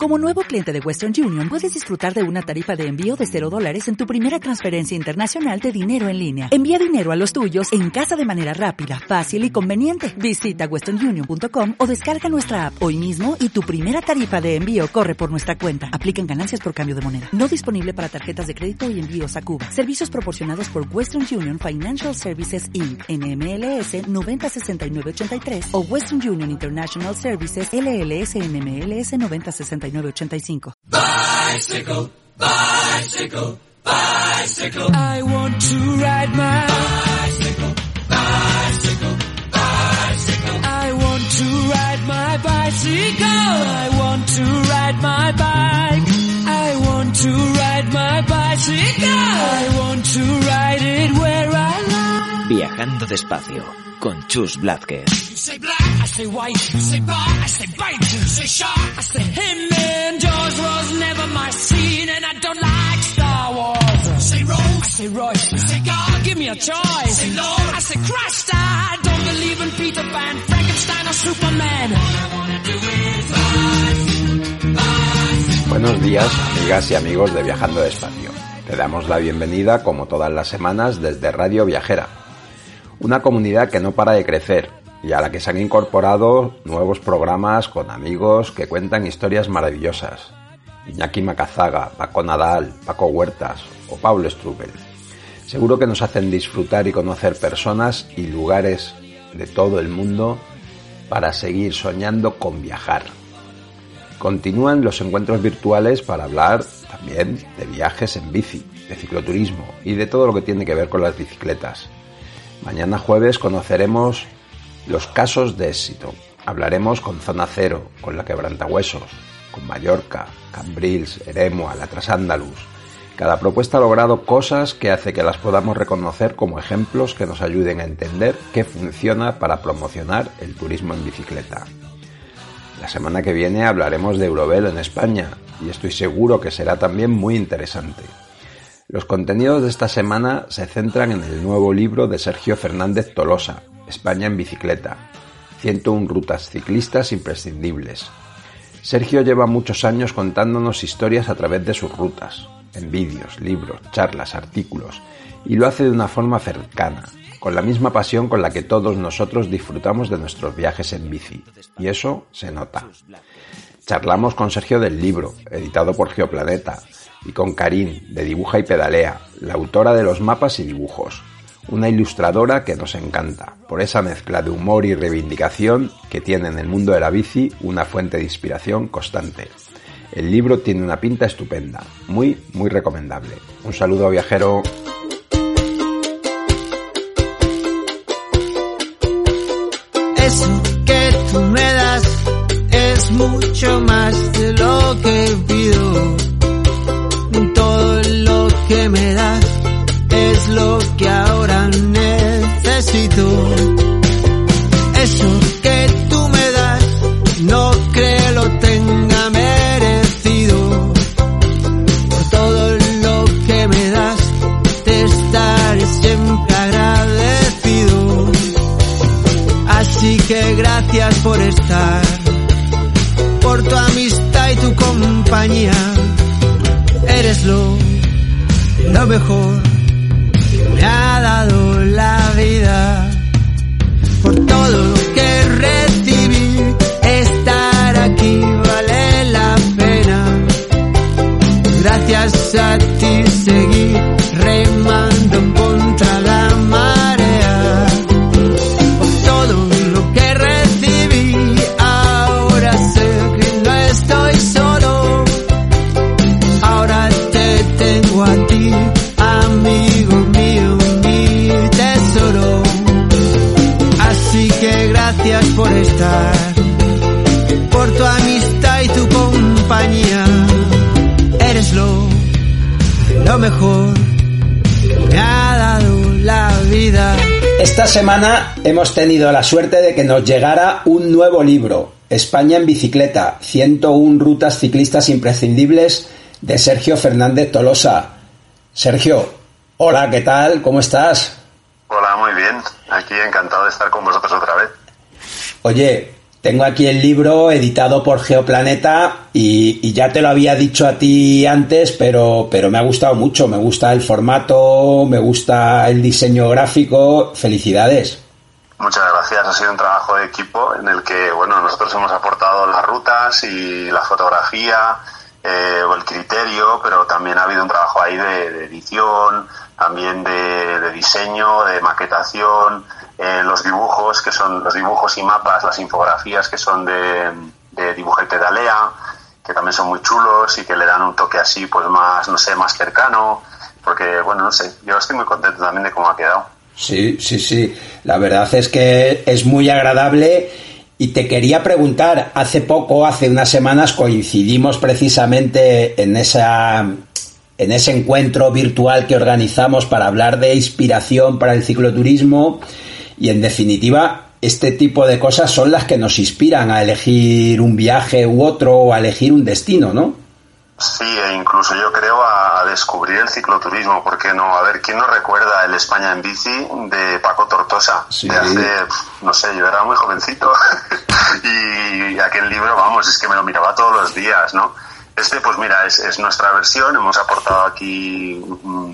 Como nuevo cliente de Western Union, puedes disfrutar de una tarifa de envío de $0 en tu primera transferencia internacional de dinero en línea. Envía dinero a los tuyos en casa de manera rápida, fácil y conveniente. Visita westernunion.com o descarga nuestra app hoy mismo y tu primera tarifa de envío corre por nuestra cuenta. Aplican ganancias por cambio de moneda. No disponible para tarjetas de crédito y envíos a Cuba. Servicios proporcionados por Western Union Financial Services Inc. NMLS 906983 o Western Union International Services LLS NMLS 906985. Bicycle, bicycle, bicycle. I want to ride my bicycle, bicycle, bicycle. I want to ride my bicycle. I want to ride my bike. I want to ride my bicycle. I want to ride it where I like. Viajando despacio con Chus Blázquez. You say black, I say white. You say bar, I say bite. You say shark, I say him. Man, Jaws was never my scene, and I don't like Star Wars. You say Rose, I say Royce. You say God, give me a choice. Say Lord, I say Christ. I don't believe in Peter Pan, Frankenstein or Superman. All I wanna do is bicycle. Buenos días, amigas y amigos de Viajando Despacio. Te damos la bienvenida, como todas las semanas, desde Radio Viajera. Una comunidad que no para de crecer y a la que se han incorporado nuevos programas con amigos que cuentan historias maravillosas. Iñaki Macazaga, Paco Nadal, Paco Huertas o Pablo Strubel. Seguro que nos hacen disfrutar y conocer personas y lugares de todo el mundo para seguir soñando con viajar. Continúan los encuentros virtuales para hablar también de viajes en bici, de cicloturismo y de todo lo que tiene que ver con las bicicletas. Mañana jueves conoceremos los casos de éxito. Hablaremos con Zona Cero, con La Quebrantahuesos, con Mallorca, Cambrils, Eremua, La Trasandalus. Cada propuesta ha logrado cosas que hace que las podamos reconocer como ejemplos que nos ayuden a entender qué funciona para promocionar el turismo en bicicleta. La semana que viene hablaremos de Eurovelo en España y estoy seguro que será también muy interesante. Los contenidos de esta semana se centran en el nuevo libro de Sergio Fernández Tolosa, España en bicicleta, 101 rutas ciclistas imprescindibles. Sergio lleva muchos años contándonos historias a través de sus rutas, en vídeos, libros, charlas, artículos, y lo hace de una forma cercana, con la misma pasión con la que todos nosotros disfrutamos de nuestros viajes en bici, y eso se nota. Charlamos con Sergio del libro, editado por Geoplaneta, y con Karin, de Dibuja y Pedalea, la autora de los mapas y dibujos, una ilustradora que nos encanta, por esa mezcla de humor y reivindicación que tiene en el mundo de la bici una fuente de inspiración constante. El libro tiene una pinta estupenda, muy recomendable. Un saludo, viajero. Eso que tú me das es mucho más de lo que pido. Todo lo que me das es lo que ahora necesito. Eso que tú me das no creo lo tenga merecido. Por todo lo que me das te estaré siempre agradecido. Así que gracias por estar, por tu amistad y tu compañía. Eres lo mejor que me ha dado la vida. Por todo lo que recibí, estar aquí vale la pena. Gracias a ti seguí remando contra la marea. Por todo lo que recibí, ahora sé que no estoy solo. Ahora te tengo a ti, amigo mío, mi tesoro. Así que gracias por estar, por tu amistad y tu compañía. Eres lo mejor que me ha dado la vida. Esta semana hemos tenido la suerte de que nos llegara un nuevo libro, España en bicicleta, 101 rutas ciclistas imprescindibles, de Sergio Fernández Tolosa. Sergio, hola, ¿qué tal? ¿Cómo estás? Hola, muy bien. Aquí encantado de estar con vosotros otra vez. Oye, Tengo aquí el libro editado por Geoplaneta y ya te lo había dicho a ti antes, pero me ha gustado mucho. Me gusta el formato, me gusta el diseño gráfico. Felicidades. Muchas gracias. Ha sido un trabajo de equipo en el que, bueno, nosotros hemos aportado las rutas y la fotografía o el criterio, pero también ha habido un trabajo ahí de edición, también de diseño, de maquetación, los dibujos, que son los dibujos y mapas, las infografías que son de Dibujete de Alea, que también son muy chulos y que le dan un toque así, pues más, no sé, más cercano, porque, bueno, no sé, yo estoy muy contento también de cómo ha quedado. Sí. La verdad es que es muy agradable. Y te quería preguntar, hace unas semanas coincidimos precisamente en ese encuentro virtual que organizamos para hablar de inspiración para el cicloturismo, y en definitiva este tipo de cosas son las que nos inspiran a elegir un viaje u otro, o a elegir un destino, ¿no? Sí, e incluso yo creo a descubrir el cicloturismo, ¿por qué no? A ver, ¿quién no recuerda el España en bici de Paco Tortosa? Sí. De hace, no sé, yo era muy jovencito y aquel libro, vamos, es que me lo miraba todos los días, ¿no? Pues mira, es nuestra versión. Hemos aportado aquí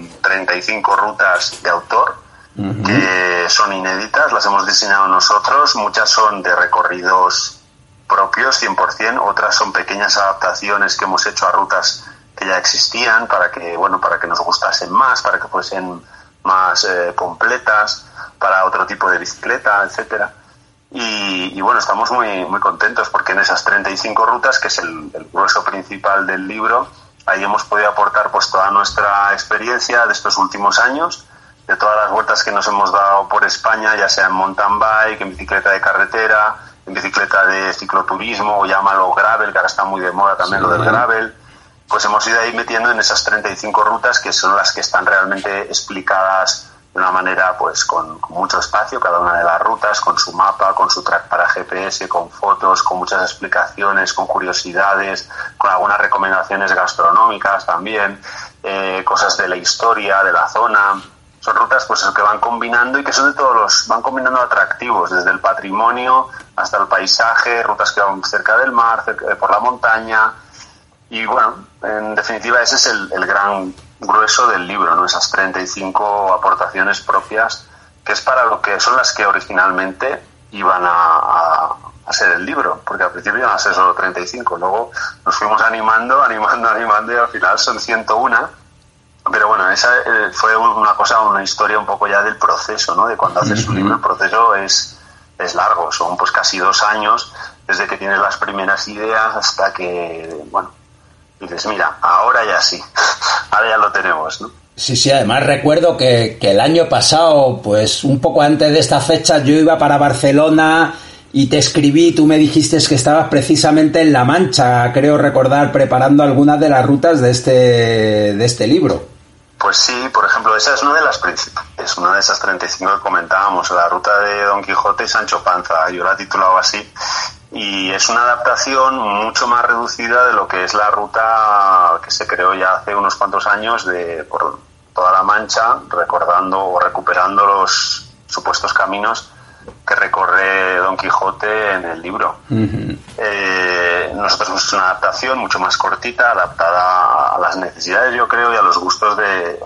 35 rutas de autor, uh-huh, que son inéditas, las hemos diseñado nosotros. Muchas son de recorridos propios 100%, otras son pequeñas adaptaciones que hemos hecho a rutas que ya existían para que nos gustasen más, para que fuesen más completas, para otro tipo de bicicleta, etcétera. Y bueno, estamos muy, muy contentos porque en esas 35 rutas, que es el grueso principal del libro, ahí hemos podido aportar pues toda nuestra experiencia de estos últimos años, de todas las vueltas que nos hemos dado por España, ya sea en mountain bike, en bicicleta de carretera, en bicicleta de cicloturismo, o llámalo gravel, que ahora está muy de moda también, sí, lo del gravel. Pues hemos ido ahí metiendo en esas 35 rutas, que son las que están realmente explicadas de una manera pues con mucho espacio, cada una de las rutas, con su mapa, con su track para GPS, con fotos, con muchas explicaciones, con curiosidades, con algunas recomendaciones gastronómicas también, cosas de la historia, de la zona. Son rutas pues que van combinando y que son van combinando atractivos, desde el patrimonio hasta el paisaje, rutas que van cerca del mar, por la montaña. Y bueno, en definitiva ese es el gran grueso del libro, ¿no? Esas 35 aportaciones propias, que es para lo que son las que originalmente iban a ser el libro, porque al principio iban a ser solo 35, luego nos fuimos animando y al final son 101. Pero bueno, esa fue una historia un poco ya del proceso, ¿no? De cuando haces un libro, el proceso es largo, son pues casi 2 años, desde que tienes las primeras ideas hasta que, bueno, dices, mira, ahora ya sí, ahora ya lo tenemos, ¿no? Sí, además recuerdo que el año pasado, pues un poco antes de esta fecha, yo iba para Barcelona y te escribí, tú me dijiste que estabas precisamente en La Mancha, creo recordar, preparando algunas de las rutas de este libro. Pues sí, por ejemplo, esa es una de las principales, una de esas 35 que comentábamos, la ruta de Don Quijote y Sancho Panza, yo la he titulado así, y es una adaptación mucho más reducida de lo que es la ruta que se creó ya hace unos cuantos años por toda La Mancha, recordando o recuperando los supuestos caminos que recorre Don Quijote en el libro. Uh-huh. Nosotros hemos hecho una adaptación mucho más cortita, adaptada a las necesidades, yo creo, y a los gustos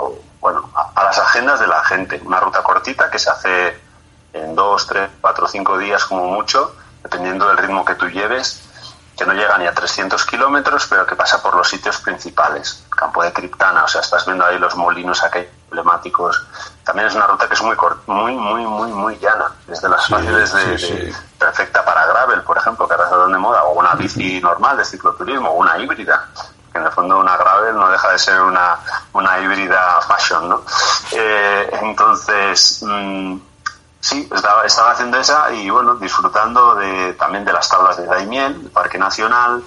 a las agendas de la gente. Una ruta cortita que se hace en 2, 3, 4, 5 días como mucho, dependiendo del ritmo que tú lleves, que no llega ni a 300 kilómetros, pero que pasa por los sitios principales. El campo de Criptana, o sea, estás viendo ahí los molinos aquellos emblemáticos. También es una ruta que es muy llana, desde las fáciles de perfecta para gravel, por ejemplo, que ahora está tan de moda, o una bici normal de cicloturismo, o una híbrida, que en el fondo una gravel no deja de ser una híbrida fashion, ¿no? Entonces, sí, estaba haciendo esa y bueno, disfrutando también de las tablas de Daimiel, el Parque Nacional,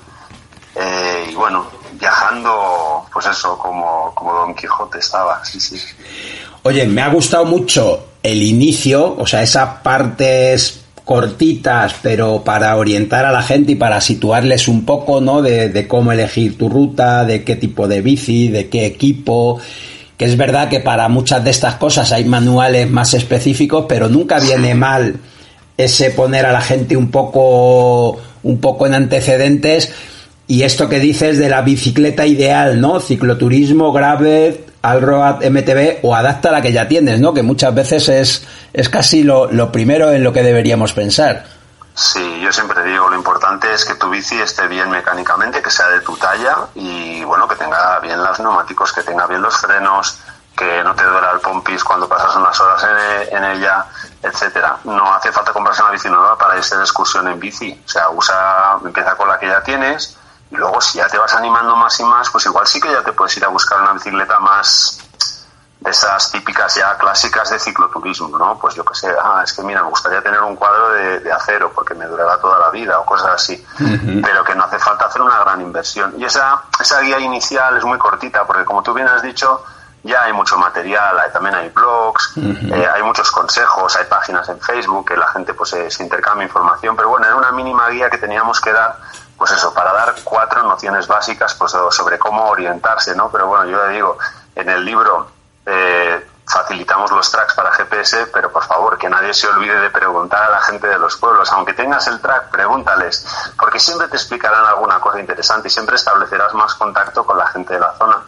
y bueno, viajando, pues eso, como Don Quijote estaba, sí. Oye, me ha gustado mucho el inicio, o sea, esas partes cortitas, pero para orientar a la gente y para situarles un poco, ¿no? De cómo elegir tu ruta, de qué tipo de bici, de qué equipo, que es verdad que para muchas de estas cosas hay manuales más específicos, pero nunca viene mal ese poner a la gente un poco en antecedentes. Y esto que dices de la bicicleta ideal, ¿no? Cicloturismo, gravel, allroad, MTB o adapta a la que ya tienes, ¿no? Que muchas veces es casi lo primero en lo que deberíamos pensar. Sí, yo siempre digo, lo importante es que tu bici esté bien mecánicamente, que sea de tu talla y, bueno, que tenga bien los neumáticos, que tenga bien los frenos, que no te duela el pompis cuando pasas unas horas en ella, etcétera. No hace falta comprarse una bici nueva para irse de excursión en bici. O sea, empieza con la que ya tienes y luego si ya te vas animando más y más, pues igual sí que ya te puedes ir a buscar una bicicleta más de esas típicas ya clásicas de cicloturismo, ¿no? Pues yo qué sé, es que mira, me gustaría tener un cuadro de acero porque me durará toda la vida o cosas así, pero que no hace falta hacer una gran inversión. Y esa guía inicial es muy cortita porque, como tú bien has dicho, ya hay mucho material, también hay blogs, hay muchos consejos, hay páginas en Facebook que la gente pues se intercambia información, pero bueno, era una mínima guía que teníamos que dar, pues eso, para dar 4 nociones básicas pues sobre cómo orientarse, ¿no? Pero bueno, yo le digo, en el libro facilitamos los tracks para GPS, pero por favor que nadie se olvide de preguntar a la gente de los pueblos, aunque tengas el track, pregúntales, porque siempre te explicarán alguna cosa interesante y siempre establecerás más contacto con la gente de la zona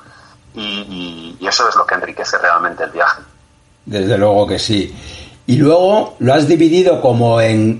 y eso es lo que enriquece realmente el viaje. Desde luego que sí. Y luego lo has dividido como en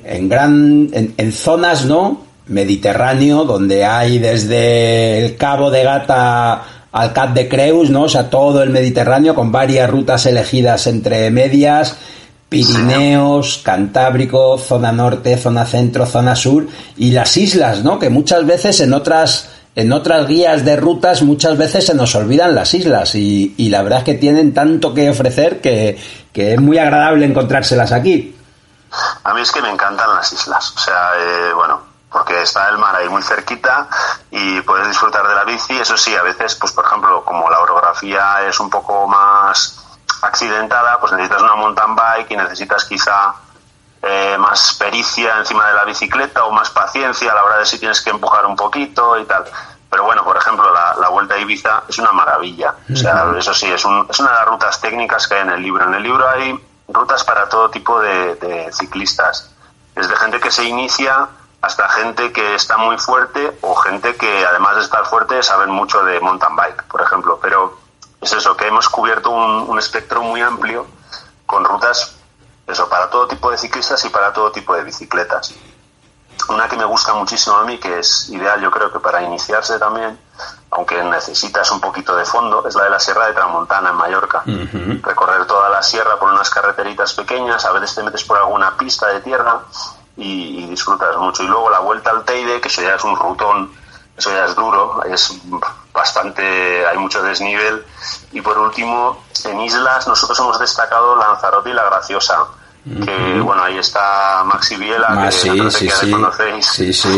zonas, ¿no? Mediterráneo, donde hay desde el Cabo de Gata al Cap de Creus, ¿no? O sea, todo el Mediterráneo con varias rutas elegidas entre medias, Pirineos, Cantábrico, zona norte, zona centro, zona sur y las islas, ¿no? Que muchas veces en otras guías de rutas muchas veces se nos olvidan las islas y la verdad es que tienen tanto que ofrecer que es muy agradable encontrárselas aquí. A mí es que me encantan las islas, o sea, porque está el mar ahí muy cerquita y puedes disfrutar de la bici. Eso sí, a veces, pues por ejemplo, como la orografía es un poco más accidentada, pues necesitas una mountain bike y necesitas quizá más pericia encima de la bicicleta o más paciencia a la hora de si tienes que empujar un poquito y tal. Pero bueno, por ejemplo, la Vuelta a Ibiza es una maravilla. O sea, eso sí, es una de las rutas técnicas que hay en el libro. En el libro hay rutas para todo tipo de ciclistas, desde gente que se inicia hasta gente que está muy fuerte o gente que además de estar fuerte saben mucho de mountain bike, por ejemplo. Pero es eso, que hemos cubierto un espectro muy amplio con rutas para todo tipo de ciclistas y para todo tipo de bicicletas. Una que me gusta muchísimo a mí, que es ideal yo creo que para iniciarse también, aunque necesitas un poquito de fondo, es la de la Sierra de Tramontana en Mallorca. Recorrer toda la sierra por unas carreteritas pequeñas, a veces te metes por alguna pista de tierra y disfrutas mucho. Y luego la Vuelta al Teide, que eso ya es un rutón, eso ya es duro, es bastante, hay mucho desnivel. Y por último, en islas nosotros hemos destacado Lanzarote y La Graciosa, que ahí está Maxi Biela, que ya le conocéis.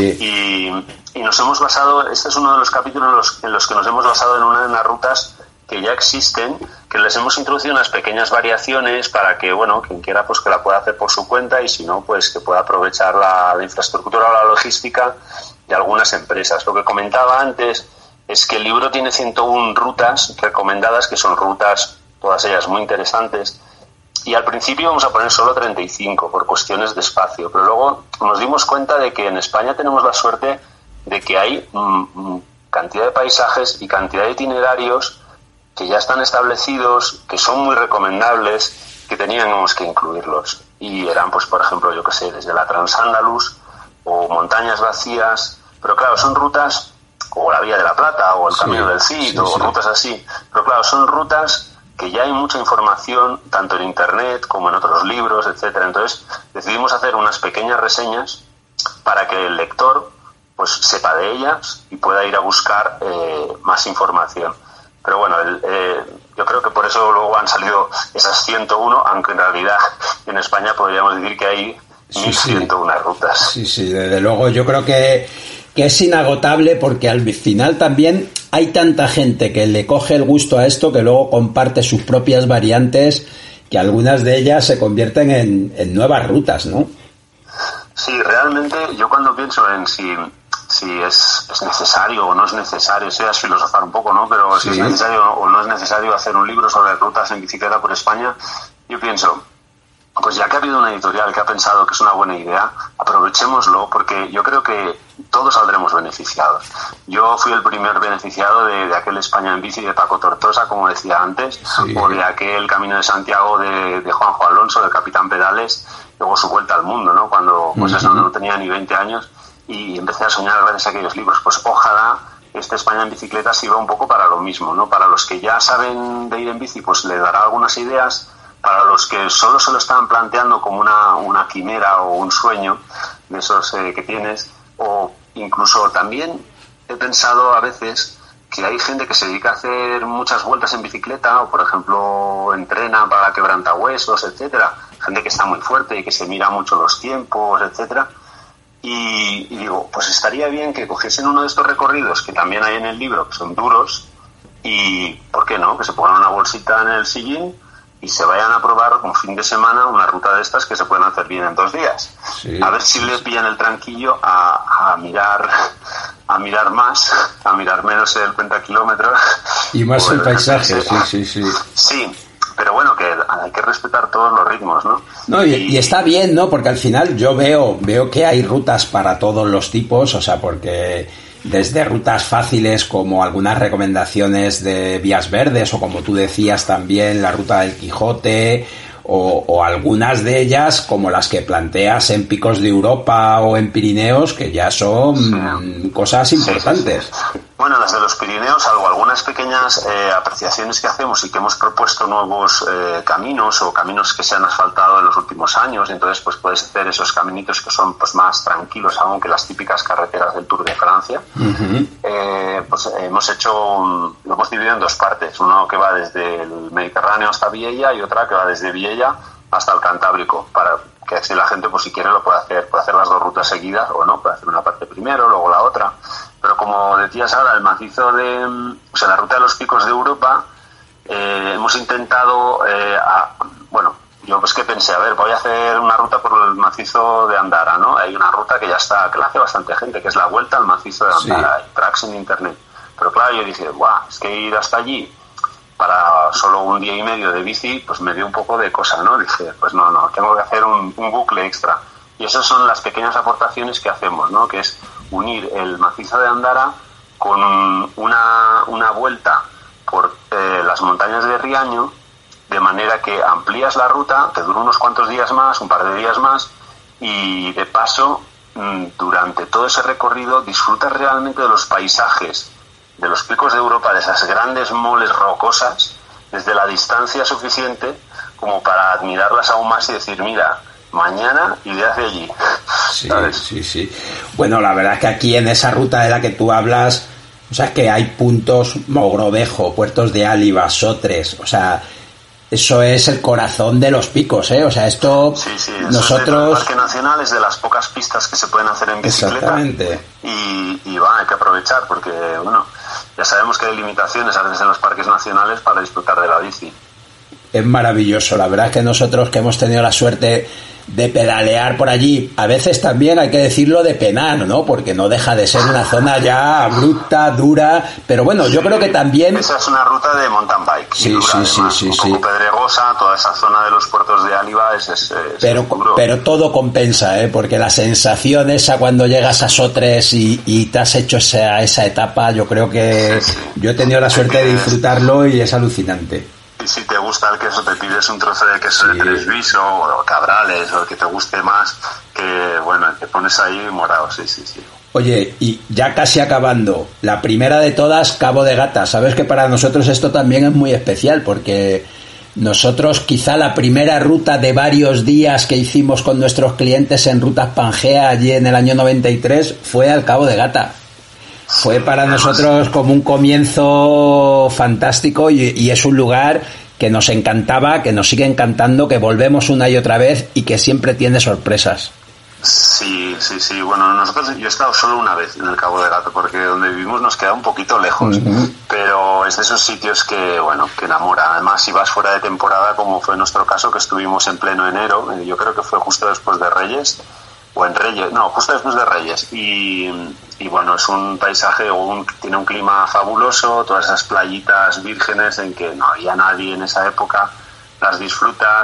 Y nos hemos basado, este es uno de los capítulos en los que nos hemos basado en una de las rutas que ya existen, que les hemos introducido unas pequeñas variaciones para que, quien quiera pues que la pueda hacer por su cuenta y si no, pues que pueda aprovechar la infraestructura o la logística de algunas empresas. Lo que comentaba antes es que el libro tiene 101 rutas recomendadas, que son rutas, todas ellas muy interesantes, y al principio vamos a poner solo 35 por cuestiones de espacio, pero luego nos dimos cuenta de que en España tenemos la suerte de que hay cantidad de paisajes y cantidad de itinerarios que ya están establecidos, que son muy recomendables, que teníamos que incluirlos. Y eran, pues por ejemplo, yo qué sé, desde la Transándalus o Montañas Vacías, pero claro, son rutas, o la Vía de la Plata, o el Camino del Cid, o rutas así, pero claro, son rutas que ya hay mucha información, tanto en internet como en otros libros, etcétera. Entonces decidimos hacer unas pequeñas reseñas para que el lector pues sepa de ellas y pueda ir a buscar más información. Pero yo creo que por eso luego han salido esas 101, aunque en realidad en España podríamos decir que hay 1101 rutas. Sí, desde luego yo creo que es inagotable, porque al final también hay tanta gente que le coge el gusto a esto que luego comparte sus propias variantes, que algunas de ellas se convierten en nuevas rutas, ¿no? Sí, realmente yo cuando pienso en si es necesario o no es necesario, eso ya es filosofar un poco, ¿no? Pero si es necesario o no es necesario hacer un libro sobre rutas en bicicleta por España, yo pienso, pues ya que ha habido una editorial que ha pensado que es una buena idea, aprovechémoslo, porque yo creo que todos saldremos beneficiados. Yo fui el primer beneficiado de aquel España en bici de Paco Tortosa, como decía antes, sí, o de aquel Camino de Santiago de Juanjo Alonso, del Capitán Pedales, luego su vuelta al mundo, ¿no? Cuando pues eso, no tenía ni 20 años y empecé a soñar gracias a aquellos libros. Pues ojalá este España en bicicleta sirva un poco para lo mismo, ¿no? Para los que ya saben de ir en bici, pues le dará algunas ideas. Para los que solo se lo están planteando como una quimera o un sueño de esos que tienes, o incluso también he pensado a veces que hay gente que se dedica a hacer muchas vueltas en bicicleta, o por ejemplo entrena para quebrantahuesos, etcétera, gente que está muy fuerte y que se mira mucho los tiempos, etcétera, y digo, pues estaría bien que cogiesen uno de estos recorridos que también hay en el libro, que son duros, y ¿por qué no? Que se pongan una bolsita en el sillín y se vayan a probar un fin de semana una ruta de estas que se pueden hacer bien en 2 días. Sí, a ver si le pillan el tranquillo a mirar más, a mirar menos el cuenta kilómetros. Y más el paisaje, sí. Sí, pero bueno, que hay que respetar todos los ritmos, ¿no? No, y está bien, ¿no? Porque al final yo veo que hay rutas para todos los tipos, o sea, porque desde rutas fáciles como algunas recomendaciones de vías verdes o como tú decías también la ruta del Quijote o algunas de ellas como las que planteas en Picos de Europa o en Pirineos que ya son cosas importantes. Sí. Bueno, las de los Pirineos, salvo algunas pequeñas apreciaciones que hacemos y que hemos propuesto nuevos caminos o caminos que se han asfaltado en los últimos años, entonces pues puedes hacer esos caminitos que son pues más tranquilos aún que las típicas carreteras del Tour de Francia. Pues hemos hecho lo hemos dividido en 2 partes, uno que va desde el Mediterráneo hasta Viella y otra que va desde Viella hasta el Cantábrico, para que así la gente pues si quiere lo puede hacer las 2 rutas seguidas o no, puede hacer una parte primero, luego la otra. Pero como decías ahora, el macizo la ruta de los Picos de Europa, hemos intentado, yo pues que pensé, a ver, voy a hacer una ruta por el macizo de Andara, ¿no? Hay una ruta que ya está, que la hace bastante gente, que es la vuelta al macizo de Andara, hay tracks en internet. Pero claro, yo dije, es que ir hasta allí para solo 1 día y medio de bici, pues me dio un poco de cosa, ¿no? Dije, pues no, tengo que hacer un bucle extra. Y esas son las pequeñas aportaciones que hacemos, ¿no? Que es unir el macizo de Andara con una vuelta por las montañas de Riaño, de manera que amplías la ruta, te dura unos cuantos días más, un par de días más, y de paso, durante todo ese recorrido, disfrutas realmente de los paisajes de los Picos de Europa, de esas grandes moles rocosas, desde la distancia suficiente como para admirarlas aún más y decir, mira, mañana iré hacia allí. Sí. Bueno, la verdad es que aquí en esa ruta de la que tú hablas, o sea, que hay puntos Mogrovejo, Puertos de Áliva, Sotres, o sea, eso es el corazón de los picos, ¿eh? O sea, esto nosotros... El Parque Nacional es de las pocas pistas que se pueden hacer en bicicleta. Exactamente. Y hay que aprovechar porque, bueno, ya sabemos que hay limitaciones a veces en los parques nacionales para disfrutar de la bici. Es maravilloso, la verdad es que nosotros que hemos tenido la suerte de pedalear por allí, a veces también hay que decirlo de penar, ¿no? Porque no deja de ser una zona ya bruta, dura, pero bueno, yo creo que también... Esa es una ruta de mountain bike. Sí, un poco pedregosa, toda esa zona de los Puertos de Áliva es pero todo compensa, ¿eh? Porque la sensación esa cuando llegas a Sotres y te has hecho esa etapa, yo creo que yo he tenido la suerte de disfrutarlo y es alucinante. Y si te gusta el queso, te pides un trozo de queso de Tresviso o Cabrales o el que te guste más, que bueno, te pones ahí morado, sí. Oye, y ya casi acabando, la primera de todas, Cabo de Gata. Sabes que para nosotros esto también es muy especial, porque nosotros quizá la primera ruta de varios días que hicimos con nuestros clientes en Rutas Pangea allí en el año 93 fue al Cabo de Gata. Fue para nosotros como un comienzo fantástico y es un lugar que nos encantaba, que nos sigue encantando, que volvemos una y otra vez y que siempre tiene sorpresas. Sí. Bueno, yo he estado solo una vez en el Cabo de Gata porque donde vivimos nos queda un poquito lejos, pero es de esos sitios que enamora. Además, si vas fuera de temporada, como fue nuestro caso, que estuvimos en pleno enero, yo creo que fue justo después de Reyes, justo después de Reyes, y bueno, es un paisaje, tiene un clima fabuloso, todas esas playitas vírgenes en que no había nadie en esa época, las disfrutas,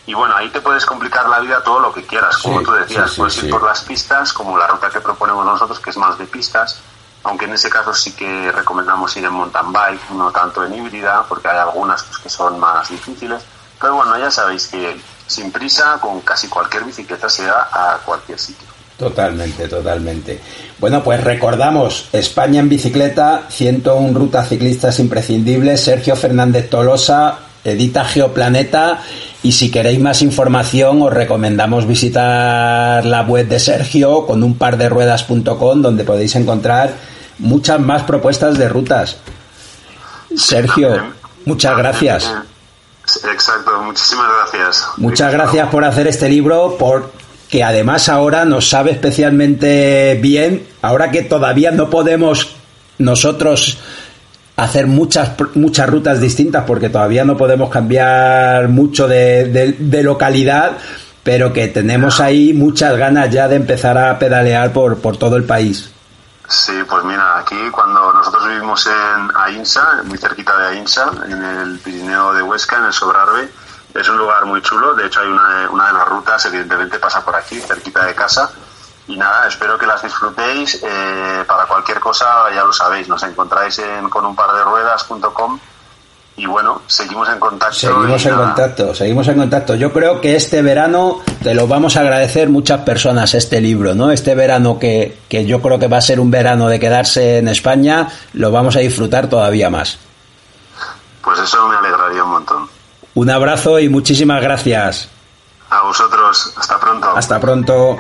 Y bueno, ahí te puedes complicar la vida todo lo que quieras, como tú decías. Puedes ir por las pistas, como la ruta que proponemos nosotros, que es más de pistas, aunque en ese caso sí que recomendamos ir en mountain bike, no tanto en híbrida, porque hay algunas pues, que son más difíciles. Pero bueno, ya sabéis que sin prisa, con casi cualquier bicicleta se da a cualquier sitio. Totalmente. Bueno, pues recordamos, España en bicicleta, 101 rutas ciclistas imprescindibles, Sergio Fernández Tolosa, edita Geoplaneta, y si queréis más información os recomendamos visitar la web de Sergio con unparderuedas.com, donde podéis encontrar muchas más propuestas de rutas. Sergio, muchas gracias. Exacto, muchísimas gracias. Muchas gracias por hacer este libro, porque además ahora nos sabe especialmente bien, ahora que todavía no podemos nosotros hacer muchas rutas distintas, porque todavía no podemos cambiar mucho de localidad, pero que tenemos ahí muchas ganas ya de empezar a pedalear por todo el país. Sí, pues mira, aquí cuando nosotros vivimos en Aínsa, muy cerquita de Aínsa, en el Pirineo de Huesca, en el Sobrarbe, es un lugar muy chulo. De hecho hay una de las rutas, evidentemente pasa por aquí, cerquita de casa. Y nada, espero que las disfrutéis. Para cualquier cosa, ya lo sabéis, nos encontráis en conunparderuedas.com. Y bueno, seguimos en contacto. Seguimos en contacto. Yo creo que este verano te lo vamos a agradecer muchas personas, este libro, ¿no? Este verano que yo creo que va a ser un verano de quedarse en España, lo vamos a disfrutar todavía más. Pues eso me alegraría un montón. Un abrazo y muchísimas gracias. A vosotros. Hasta pronto. Hasta pronto.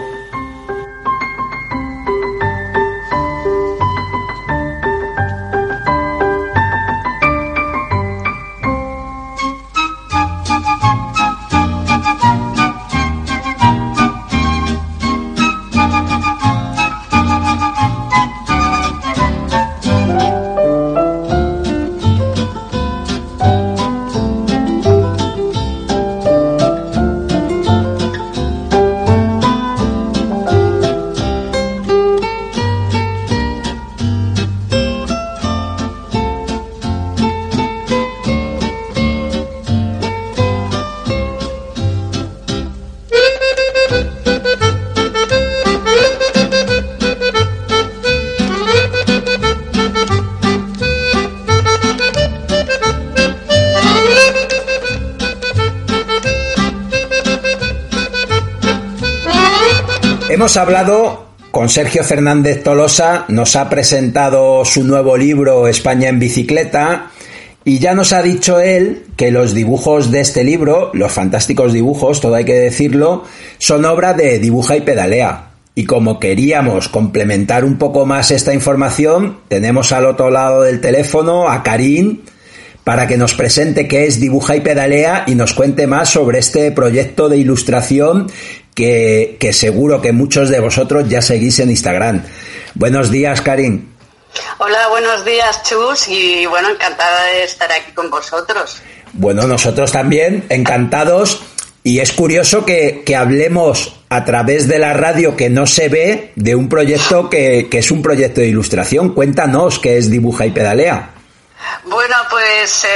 Hemos hablado con Sergio Fernández Tolosa, nos ha presentado su nuevo libro España en bicicleta y ya nos ha dicho él que los dibujos de este libro, los fantásticos dibujos, todo hay que decirlo, son obra de Dibuja y Pedalea. Y como queríamos complementar un poco más esta información, tenemos al otro lado del teléfono a Karim para que nos presente qué es Dibuja y Pedalea y nos cuente más sobre este proyecto de ilustración que seguro que muchos de vosotros ya seguís en Instagram. Buenos días, Karim. Hola, buenos días, Chus, y bueno, encantada de estar aquí con vosotros. Bueno, nosotros también, encantados, y es curioso que hablemos a través de la radio que no se ve de un proyecto que es un proyecto de ilustración. Cuéntanos qué es Dibuja y Pedalea. Bueno, pues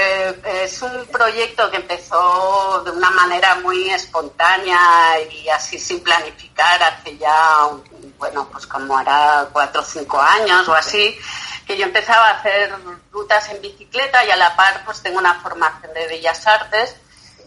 es un proyecto que empezó de una manera muy espontánea y así sin planificar hace ya, bueno, pues como hará 4 o 5 años o así, que yo empezaba a hacer rutas en bicicleta y a la par pues tengo una formación de Bellas Artes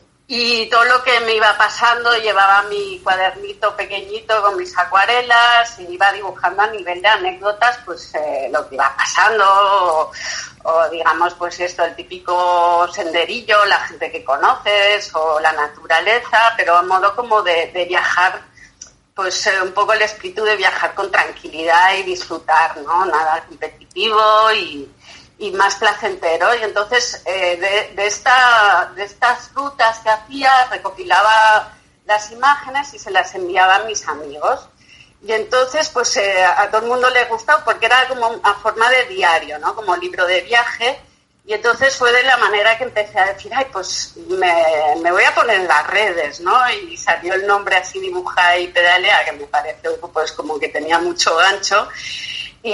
y todo lo que me iba pasando llevaba mi cuadernito pequeñito con mis acuarelas y iba dibujando a nivel de anécdotas pues lo que iba pasando o digamos pues esto, el típico senderillo, la gente que conoces o la naturaleza, pero a modo como de viajar, pues un poco el espíritu de viajar con tranquilidad y disfrutar, ¿no? Nada competitivo y más placentero. Y entonces de estas rutas que hacía recopilaba las imágenes y se las enviaba a mis amigos. Y entonces pues a todo el mundo le gustó porque era como a forma de diario, ¿no? Como libro de viaje. Y entonces fue de la manera que empecé a decir, ay, pues me voy a poner en las redes, ¿no? Y salió el nombre así, Dibuja y Pedalea, que me pareció pues como que tenía mucho gancho. Y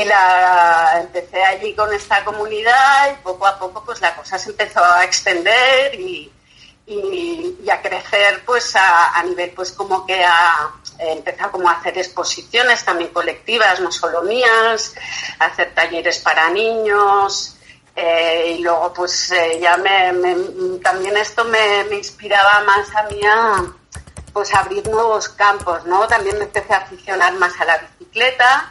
empecé allí con esta comunidad y poco a poco pues la cosa se empezó a extender y y a crecer pues a nivel pues como que a empezar como a hacer exposiciones también colectivas, no solo mías, a hacer talleres para niños, y luego pues ya también esto me inspiraba más a mí a pues abrir nuevos campos, ¿no? También me empecé a aficionar más a la bicicleta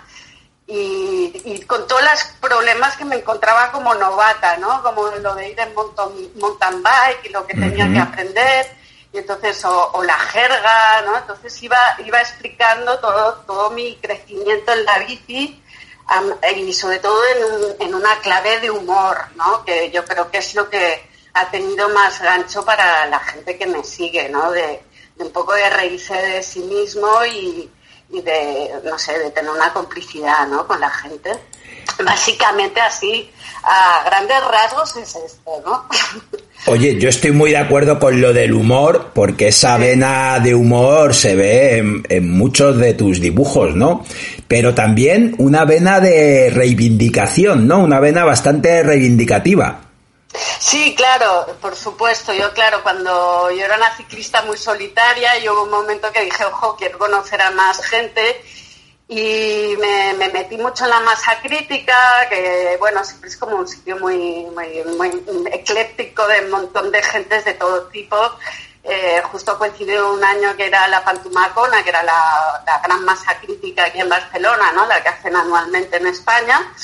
y con todos los problemas que me encontraba como novata, ¿no? Como lo de ir en mountain bike y lo que tenía que aprender, y entonces, o la jerga, ¿no? Entonces iba explicando todo mi crecimiento en la bici, y sobre todo en una clave de humor, ¿no? Que yo creo que es lo que ha tenido más gancho para la gente que me sigue, ¿no? De un poco de reírse de sí mismo y de, no sé, de tener una complicidad, ¿no? Con la gente. Básicamente así, a grandes rasgos es esto, ¿no? Oye, yo estoy muy de acuerdo con lo del humor, porque esa vena de humor se ve en muchos de tus dibujos, ¿no? Pero también una vena de reivindicación, ¿no? Una vena bastante reivindicativa. Sí, claro, por supuesto. Cuando yo era una ciclista muy solitaria, y hubo un momento que dije, ojo, quiero conocer a más gente, y me metí mucho en la masa crítica, que bueno, siempre es como un sitio muy ecléctico, de un montón de gentes de todo tipo. Justo coincidió un año que era la Pantumacona, que era la gran masa crítica aquí en Barcelona, ¿no? La que hacen anualmente en España.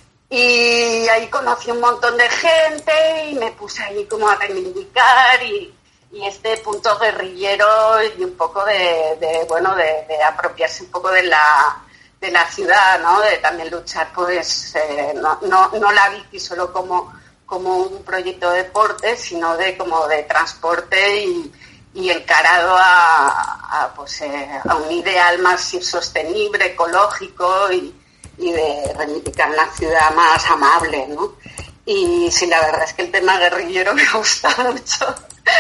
Y ahí conocí un montón de gente y me puse ahí como a reivindicar y este punto guerrillero y un poco de apropiarse un poco de la ciudad, ¿no? De también luchar, pues, no la bici solo como un proyecto de deporte, sino de transporte y encarado a un ideal más sostenible, ecológico y de reivindicar una ciudad más amable, ¿no? Y sí, la verdad es que el tema guerrillero me gusta mucho.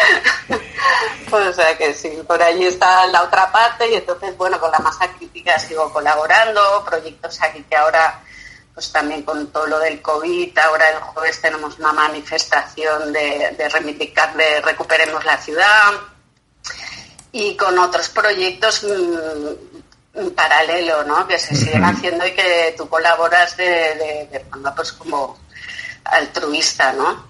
O sea que sí, por ahí está la otra parte, y entonces, bueno, con la masa crítica sigo colaborando, proyectos aquí que ahora, pues también con todo lo del COVID, ahora el jueves tenemos una manifestación de reivindicar, de recuperemos la ciudad, y con otros proyectos en paralelo, ¿no? Que se siguen haciendo y que tú colaboras de forma pues como altruista, ¿no?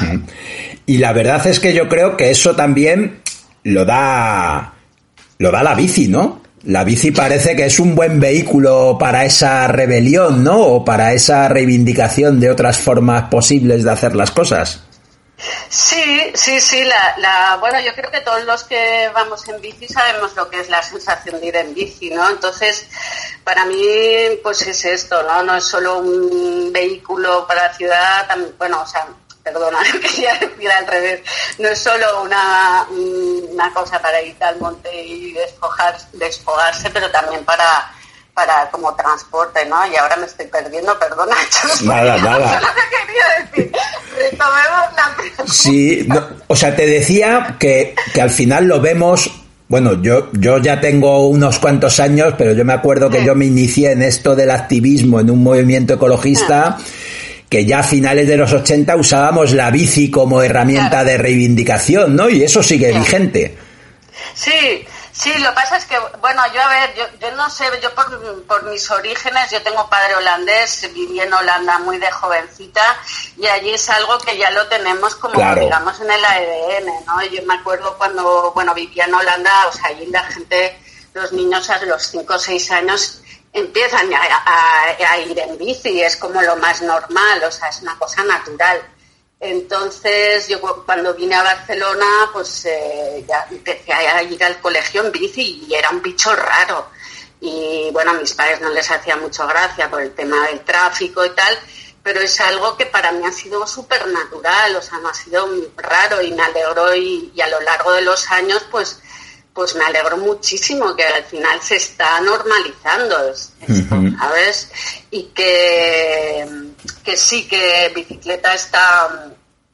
Y la verdad es que yo creo que eso también lo da la bici, ¿no? La bici parece que es un buen vehículo para esa rebelión, ¿no? O para esa reivindicación de otras formas posibles de hacer las cosas. Sí, bueno, yo creo que todos los que vamos en bici sabemos lo que es la sensación de ir en bici, ¿no? Entonces, para mí, pues es esto, ¿no? No es solo un vehículo para la ciudad, bueno, o sea, perdona, quería decir al revés, no es solo una cosa para ir al monte y despojarse, pero también para como transporte, ¿no? Y ahora me estoy perdiendo, perdona. Nada. Solo te quería decir, retomemos la... Sí, no, o sea, te decía que al final lo vemos. Bueno, yo ya tengo unos cuantos años, pero yo me acuerdo que yo me inicié en esto del activismo, en un movimiento ecologista, que ya a finales de los 80 usábamos la bici como herramienta de reivindicación, ¿no? Y eso sigue vigente. Sí, lo que pasa es que, bueno, yo no sé, yo por mis orígenes, yo tengo padre holandés, viví en Holanda muy de jovencita, y allí es algo que ya lo tenemos como, digamos, en el ADN, ¿no? Yo me acuerdo cuando, bueno, vivía en Holanda, o sea, allí la gente, los niños a los 5 o 6 años empiezan a ir en bici, es como lo más normal, o sea, es una cosa natural. Entonces, yo cuando vine a Barcelona, pues ya empecé a ir al colegio en bici y era un bicho raro. Y bueno, a mis padres no les hacía mucha gracia por el tema del tráfico y tal, pero es algo que para mí ha sido súper natural, o sea, no ha sido raro, y me alegró, y a lo largo de los años, pues me alegro muchísimo que al final se está normalizando esto, ¿sabes? Y que sí, que bicicleta están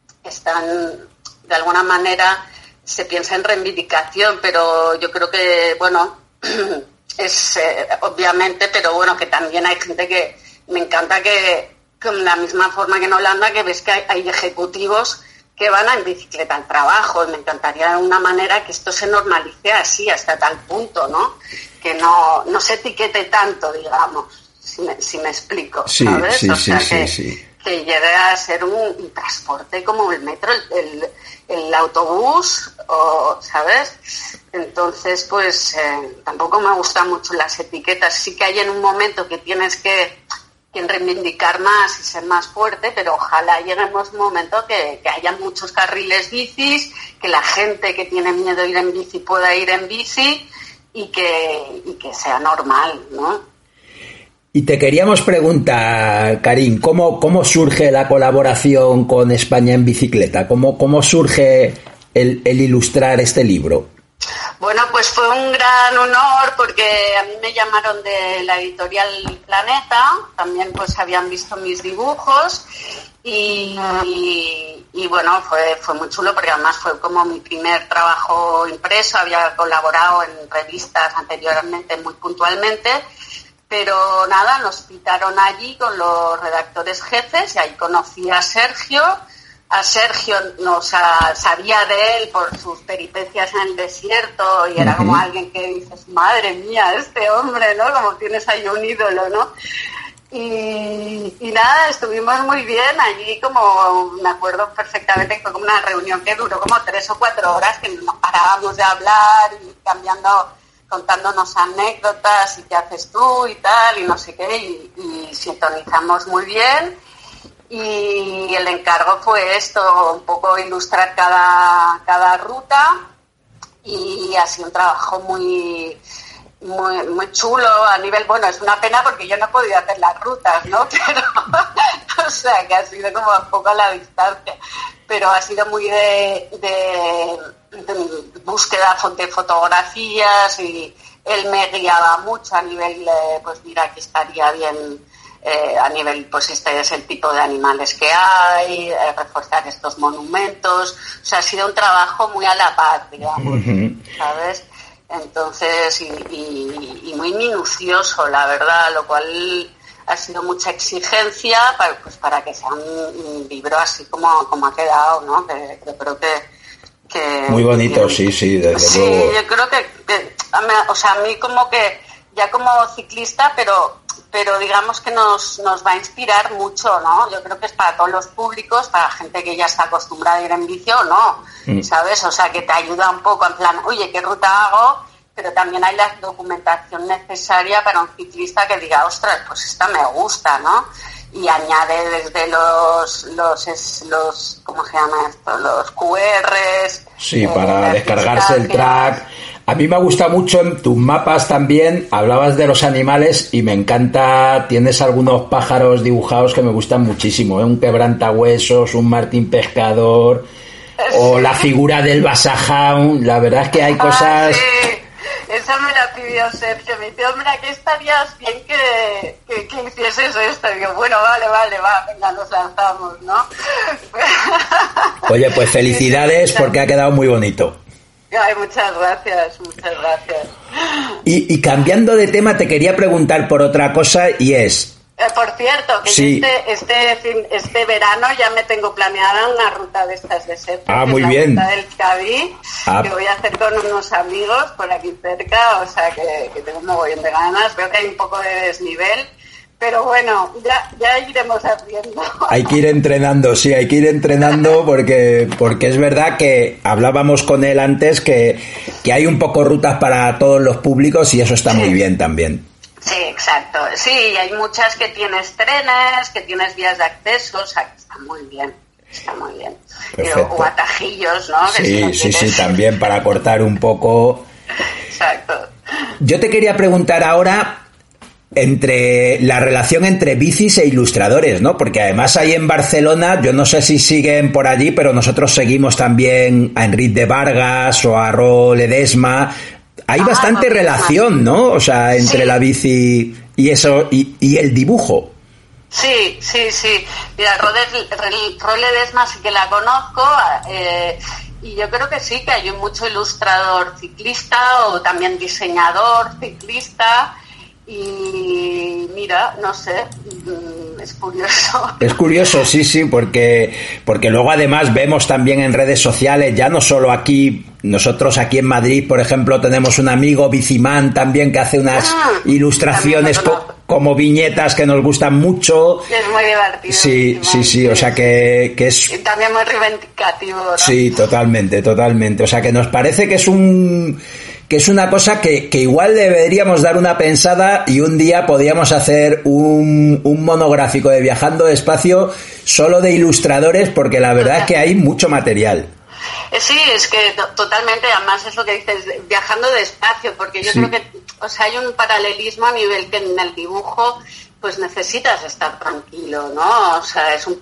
de alguna manera se piensa en reivindicación, pero yo creo que, bueno, es obviamente, pero bueno, que también hay gente que me encanta que con la misma forma que en Holanda, que ves que hay ejecutivos que van en bicicleta al trabajo, y me encantaría de una manera que esto se normalice así, hasta tal punto, ¿no? Que no se etiquete tanto, digamos, si me explico, sí, ¿sabes? Sí, o sea, sí. Que llegue a ser un transporte como el metro, el autobús, ¿sabes? Entonces, pues tampoco me gustan mucho las etiquetas. Sí que hay en un momento que tienes que reivindicar más y ser más fuerte, pero ojalá lleguemos a un momento que haya muchos carriles bicis, que la gente que tiene miedo a ir en bici pueda ir en bici y que sea normal, ¿no? Y te queríamos preguntar, Karin, ¿cómo surge la colaboración con España en Bicicleta? ¿Cómo surge el ilustrar este libro? Bueno, pues fue un gran honor porque a mí me llamaron de la editorial Planeta, también pues habían visto mis dibujos y bueno, fue muy chulo porque además fue como mi primer trabajo impreso, había colaborado en revistas anteriormente muy puntualmente, pero nada, nos citaron allí con los redactores jefes y ahí conocí a Sergio. A Sergio sabía de él por sus peripecias en el desierto y era como alguien que dices, madre mía, este hombre, ¿no? Como tienes ahí un ídolo, ¿no? Y nada, estuvimos muy bien allí, como me acuerdo perfectamente que fue como una reunión que duró como 3 o 4 horas, que no parábamos de hablar y contándonos anécdotas y qué haces tú y tal, y no sé qué, y sintonizamos muy bien. Y el encargo fue esto, un poco ilustrar cada ruta, y ha sido un trabajo muy chulo a nivel, bueno, es una pena porque yo no he podido hacer las rutas, ¿no? Pero, o sea, que ha sido como un poco a la distancia, pero ha sido muy de búsqueda de fotografías, y él me guiaba mucho a nivel, pues mira, aquí estaría bien. A nivel, pues este es el tipo de animales que hay, reforzar estos monumentos, o sea, ha sido un trabajo muy a la par, digamos, ¿sabes? Entonces, y muy minucioso, la verdad, lo cual ha sido mucha exigencia para que sea un libro así como ha quedado, ¿no? Que creo que muy bonito, sí, desde luego. Sí, yo creo que o sea, a mí como que, ya como ciclista, pero digamos que nos va a inspirar mucho, ¿no? Yo creo que es para todos los públicos, para gente que ya está acostumbrada a ir en bici o no, ¿sabes? O sea, que te ayuda un poco en plan, oye, ¿qué ruta hago? Pero también hay la documentación necesaria para un ciclista que diga, ostras, pues esta me gusta, ¿no? Y añade desde los ¿cómo se llama esto? Los QRs. Sí, para descargarse el track. A mí me gusta mucho en tus mapas también, hablabas de los animales y me encanta, tienes algunos pájaros dibujados que me gustan muchísimo, un quebrantahuesos, un martín pescador, o la figura del Basajaun, la verdad es que hay cosas... Sí. Eso me la pidió Sergio, me dice, hombre, aquí estarías bien que hicieses esto. Y digo, bueno, vale, va, venga, nos lanzamos, ¿no? Oye, pues felicidades porque ha quedado muy bonito. Ay, muchas gracias. Y cambiando de tema, te quería preguntar por otra cosa, y es... Por cierto, que sí. este verano ya me tengo planeada una ruta de estas de Sergio. Muy bien. La ruta del Cadí, que voy a hacer con unos amigos por aquí cerca, o sea que tengo un mogollón de ganas. Veo que hay un poco de desnivel, pero bueno, ya iremos haciendo. Hay que ir entrenando, porque es verdad que hablábamos con él antes que hay un poco rutas para todos los públicos y eso está muy bien también. Sí, exacto. Sí, hay muchas que tienes trenes, que tienes vías de acceso, o sea, que está muy bien. Perfecto. O atajillos, ¿no? Sí, también para cortar un poco. Exacto. Yo te quería preguntar ahora entre la relación entre bicis e ilustradores, ¿no? Porque además ahí en Barcelona, yo no sé si siguen por allí, pero nosotros seguimos también a Enric de Vargas o a Ro Ledesma. Hay bastante relación, ¿no? O sea, entre la bici y eso, y el dibujo. Sí. Mira, Ro Ledesma sí que la conozco, y yo creo que sí, que hay mucho ilustrador ciclista o también diseñador ciclista, y mira, no sé, es curioso. Es curioso, sí, porque luego además vemos también en redes sociales, ya no solo aquí, nosotros aquí en Madrid, por ejemplo, tenemos un amigo Bicimán también que hace unas ilustraciones como viñetas que nos gustan mucho. Es muy divertido. Sí, o sea que es... Y también muy reivindicativo, ¿no? Sí, totalmente. O sea que nos parece que es una cosa que igual deberíamos dar una pensada y un día podríamos hacer un monográfico de Viajando Despacio solo de ilustradores, porque la verdad es que hay mucho material. Sí, es que totalmente, además es lo que dices, viajando despacio, porque yo creo que, o sea, hay un paralelismo a nivel que en el dibujo pues necesitas estar tranquilo, ¿no? O sea, es un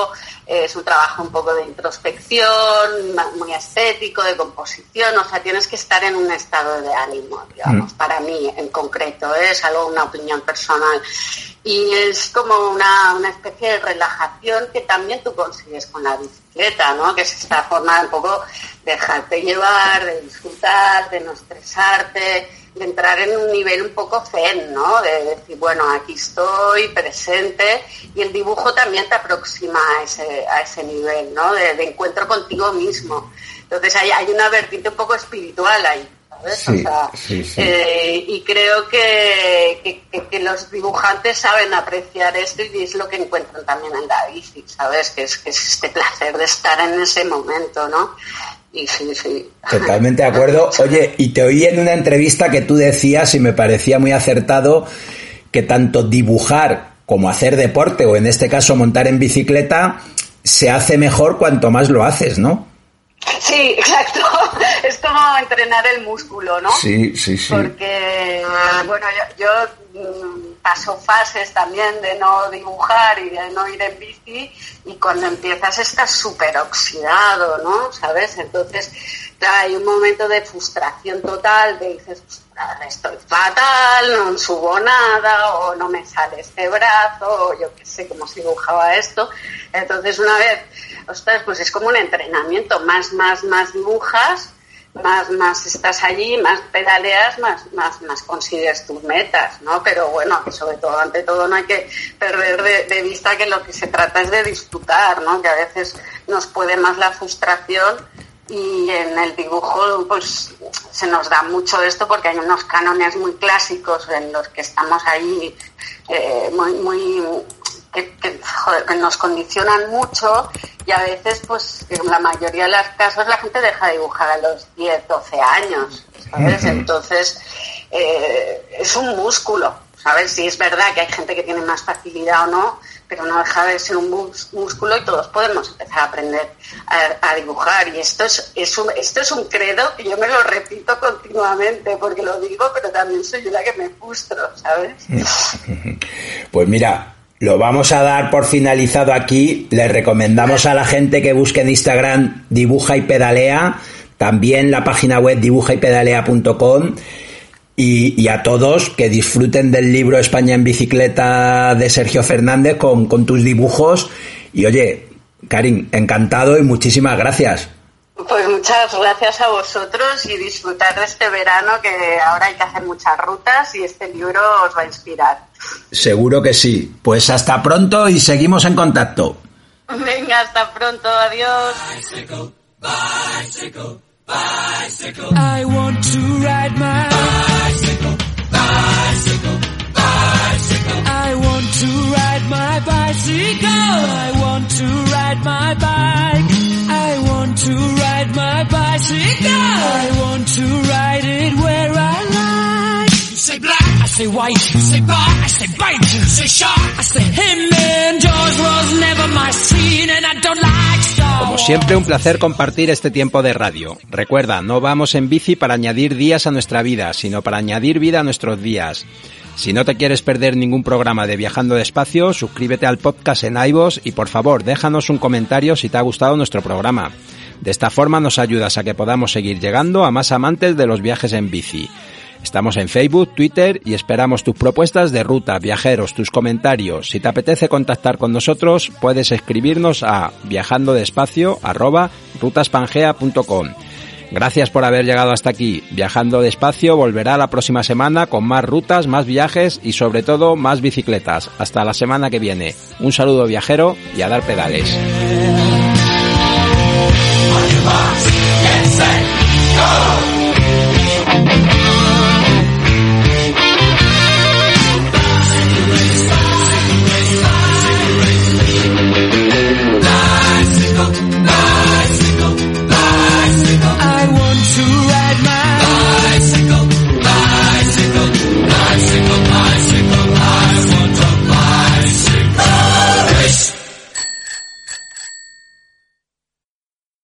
trabajo un poco de introspección, muy estético, de composición, o sea, tienes que estar en un estado de ánimo, digamos, para mí en concreto, es algo, una opinión personal. Y es como una especie de relajación que también tú consigues con la bicicleta, ¿no? Que es esta forma de un poco dejarte llevar, de disfrutar, de no estresarte, de entrar en un nivel un poco zen, ¿no? De decir, bueno, aquí estoy, presente, y el dibujo también te aproxima a ese nivel, ¿no? De encuentro contigo mismo. Entonces hay una vertiente un poco espiritual ahí, ¿sabes? Sí, o sea, sí. Y creo que los dibujantes saben apreciar esto y es lo que encuentran también en la bici, ¿sabes? Que es este placer de estar en ese momento, ¿no? Y sí. Totalmente de acuerdo. Oye, y te oí en una entrevista que tú decías, y me parecía muy acertado, que tanto dibujar como hacer deporte, o en este caso montar en bicicleta, se hace mejor cuanto más lo haces, ¿no? Sí, exacto. Es como entrenar el músculo, ¿no? Sí. Porque, bueno, yo paso fases también de no dibujar y de no ir en bici, y cuando empiezas estás súper oxidado, ¿no? ¿Sabes? Entonces, claro, hay un momento de frustración total, de dices, estoy fatal, no subo nada, o no me sale este brazo, o yo qué sé cómo se dibujaba esto. Entonces, una vez, ostras, pues es como un entrenamiento, más dibujas, más estás allí, más pedaleas, más consigues tus metas, ¿no? Pero bueno, que sobre todo, ante todo, no hay que perder de vista que lo que se trata es de disfrutar, ¿no? Que a veces nos puede más la frustración, y en el dibujo pues se nos da mucho esto porque hay unos cánones muy clásicos en los que estamos ahí que nos condicionan mucho, y a veces pues en la mayoría de los casos la gente deja de dibujar a los 10, 12 años, ¿sabes? Entonces es un músculo, ¿sabes? Sí, es verdad que hay gente que tiene más facilidad o no, pero no deja de ser un músculo, y todos podemos empezar a aprender a dibujar. Y esto es un credo que yo me lo repito continuamente, porque lo digo, pero también soy yo la que me frustro, ¿sabes? Pues mira, lo vamos a dar por finalizado aquí. Les recomendamos a la gente que busque en Instagram Dibuja y Pedalea, también la página web dibujaypedalea.com, y a todos que disfruten del libro España en bicicleta de Sergio Fernández con tus dibujos. Y oye, Karin, encantado y muchísimas gracias. Pues muchas gracias a vosotros, y disfrutar de este verano, que ahora hay que hacer muchas rutas y este libro os va a inspirar. Seguro que sí. Pues hasta pronto y seguimos en contacto. Venga, hasta pronto, adiós. Bicycle, bicycle, bicycle. I want to ride my bicycle, bicycle, bicycle. I want to ride my bicycle. I want to ride my bike. I want to ride my bicycle. I want to ride it where I like. You say black, I say white. You say bar, I say bite. You say shark, I say him. And Jaws was never my scene, and I don't like Star Wars. Como siempre, un placer compartir este tiempo de radio. Recuerda, no vamos en bici para añadir días a nuestra vida, sino para añadir vida a nuestros días. Si no te quieres perder ningún programa de Viajando Despacio, suscríbete al podcast en iVoox y por favor déjanos un comentario si te ha gustado nuestro programa. De esta forma nos ayudas a que podamos seguir llegando a más amantes de los viajes en bici. Estamos en Facebook, Twitter y esperamos tus propuestas de ruta, viajeros, tus comentarios. Si te apetece contactar con nosotros, puedes escribirnos a viajandodespacio@rutaspangea.com. Gracias por haber llegado hasta aquí. Viajando Despacio volverá la próxima semana con más rutas, más viajes y sobre todo más bicicletas. Hasta la semana que viene. Un saludo viajero y a dar pedales.